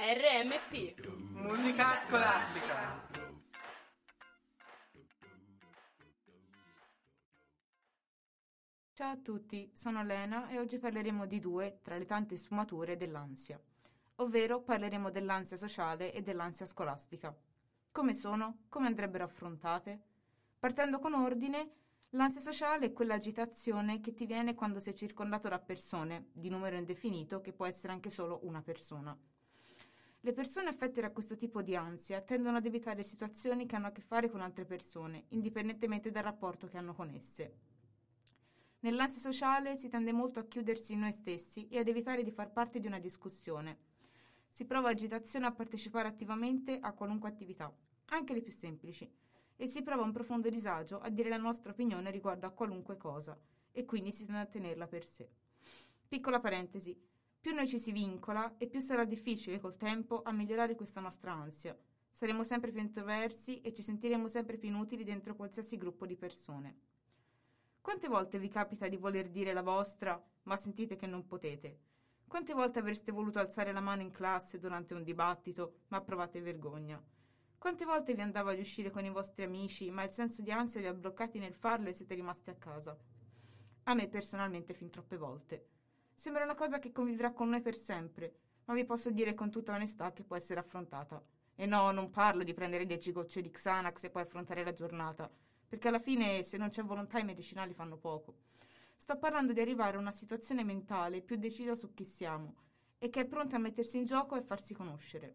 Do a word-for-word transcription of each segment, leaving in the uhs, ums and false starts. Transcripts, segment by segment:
R M P. Musica scolastica. Ciao a tutti, sono Lena e oggi parleremo di due tra le tante sfumature dell'ansia, ovvero parleremo dell'ansia sociale e dell'ansia scolastica. Come sono? Come andrebbero affrontate? Partendo con ordine, l'ansia sociale è quell'agitazione che ti viene quando sei circondato da persone, di numero indefinito, che può essere anche solo una persona. Le persone affette da questo tipo di ansia tendono ad evitare situazioni che hanno a che fare con altre persone, indipendentemente dal rapporto che hanno con esse. Nell'ansia sociale si tende molto a chiudersi in noi stessi e ad evitare di far parte di una discussione. Si prova agitazione a partecipare attivamente a qualunque attività, anche le più semplici, e si prova un profondo disagio a dire la nostra opinione riguardo a qualunque cosa, e quindi si tende a tenerla per sé. Piccola parentesi, più noi ci si vincola e più sarà difficile col tempo a migliorare questa nostra ansia. Saremo sempre più introversi e ci sentiremo sempre più inutili dentro qualsiasi gruppo di persone. Quante volte vi capita di voler dire la vostra, ma sentite che non potete? Quante volte avreste voluto alzare la mano in classe durante un dibattito, ma provate vergogna? Quante volte vi andava di uscire con i vostri amici, ma il senso di ansia vi ha bloccati nel farlo e siete rimasti a casa? A me personalmente fin troppe volte. Sembra una cosa che convivrà con noi per sempre, ma vi posso dire con tutta onestà che può essere affrontata. E no, non parlo di prendere dieci gocce di Xanax e poi affrontare la giornata, perché alla fine se non c'è volontà i medicinali fanno poco. Sto parlando di arrivare a una situazione mentale più decisa su chi siamo e che è pronta a mettersi in gioco e farsi conoscere.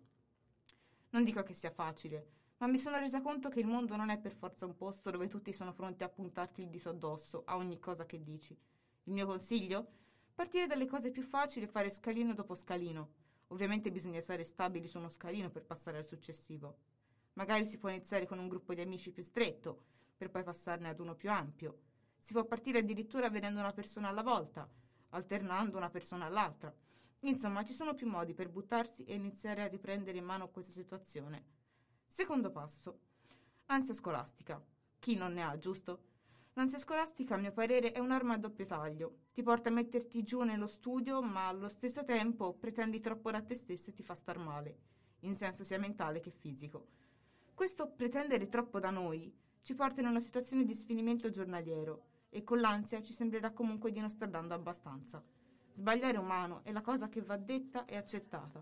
Non dico che sia facile, ma mi sono resa conto che il mondo non è per forza un posto dove tutti sono pronti a puntarti il dito addosso a ogni cosa che dici. Il mio consiglio? Partire dalle cose più facili e fare scalino dopo scalino. Ovviamente bisogna essere stabili su uno scalino per passare al successivo. Magari si può iniziare con un gruppo di amici più stretto, per poi passarne ad uno più ampio. Si può partire addirittura vedendo una persona alla volta, alternando una persona all'altra. Insomma, ci sono più modi per buttarsi e iniziare a riprendere in mano questa situazione. Secondo passo. Ansia scolastica. Chi non ne ha, giusto? L'ansia scolastica, a mio parere, è un'arma a doppio taglio. Ti porta a metterti giù nello studio, ma allo stesso tempo pretendi troppo da te stesso e ti fa star male, in senso sia mentale che fisico. Questo pretendere troppo da noi ci porta in una situazione di sfinimento giornaliero e con l'ansia ci sembrerà comunque di non star dando abbastanza. Sbagliare è umano e la cosa che va detta è accettata.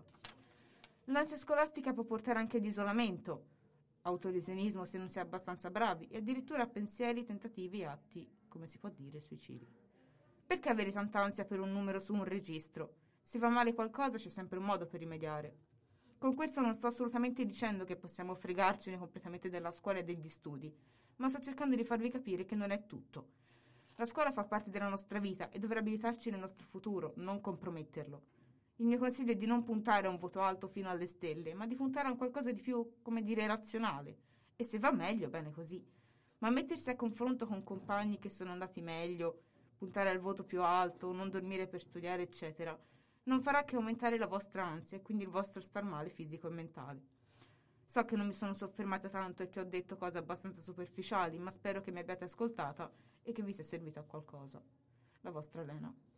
L'ansia scolastica può portare anche ad isolamento, autolesionismo se non si è abbastanza bravi e addirittura a pensieri, tentativi e atti, come si può dire, suicidi. Perché avere tanta ansia per un numero su un registro? Se va male qualcosa c'è sempre un modo per rimediare. Con questo non sto assolutamente dicendo che possiamo fregarcene completamente della scuola e degli studi, ma sto cercando di farvi capire che non è tutto. La scuola fa parte della nostra vita e dovrebbe aiutarci nel nostro futuro, non comprometterlo. Il mio consiglio è di non puntare a un voto alto fino alle stelle, ma di puntare a un qualcosa di più, come dire, razionale. E se va meglio, bene così. Ma mettersi a confronto con compagni che sono andati meglio, puntare al voto più alto, non dormire per studiare, eccetera, non farà che aumentare la vostra ansia e quindi il vostro star male fisico e mentale. So che non mi sono soffermata tanto e che ho detto cose abbastanza superficiali, ma spero che mi abbiate ascoltata e che vi sia servito a qualcosa. La vostra Lena.